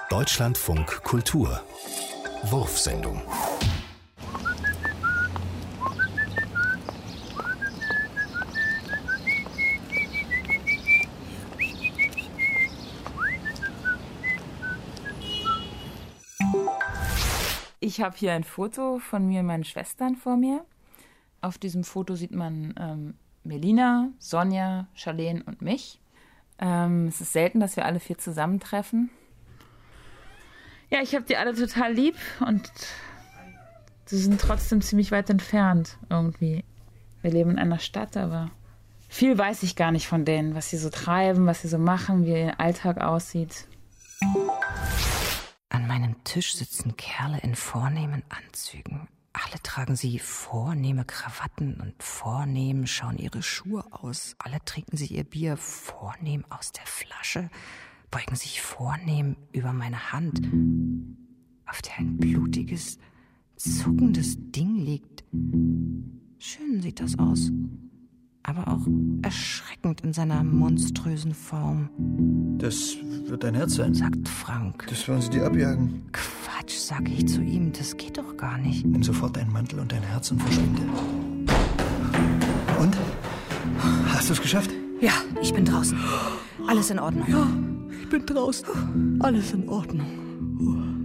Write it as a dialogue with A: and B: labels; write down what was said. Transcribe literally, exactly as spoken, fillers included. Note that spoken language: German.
A: Deutschlandfunk Kultur Wurfsendung.
B: Ich habe hier ein Foto von mir und meinen Schwestern vor mir. Auf diesem Foto sieht man ähm, Melina, Sonja, Charlene und mich. Ähm, es ist selten, dass wir alle vier zusammentreffen. Ja, ich habe die alle total lieb und sie sind trotzdem ziemlich weit entfernt irgendwie. Wir leben in einer Stadt, aber viel weiß ich gar nicht von denen, was sie so treiben, was sie so machen, wie ihr Alltag aussieht.
C: An meinem Tisch sitzen Kerle in vornehmen Anzügen. Alle tragen sie vornehme Krawatten und vornehm schauen ihre Schuhe aus. Alle trinken sie ihr Bier vornehm aus der Flasche, beugen sich vornehm über meine Hand, auf der ein blutiges, zuckendes Ding liegt. Schön sieht das aus, aber auch erschreckend in seiner monströsen Form.
D: Das wird dein Herz sein,
C: sagt Frank.
D: Das wollen sie dir abjagen.
C: Quatsch, sag ich zu ihm, das geht doch gar nicht.
D: Nimm sofort deinen Mantel und dein Herz und verschwinde. Und? Hast du es geschafft?
C: Ja, ich bin draußen. Alles in Ordnung.
D: Ja, ich bin draußen. Alles in Ordnung.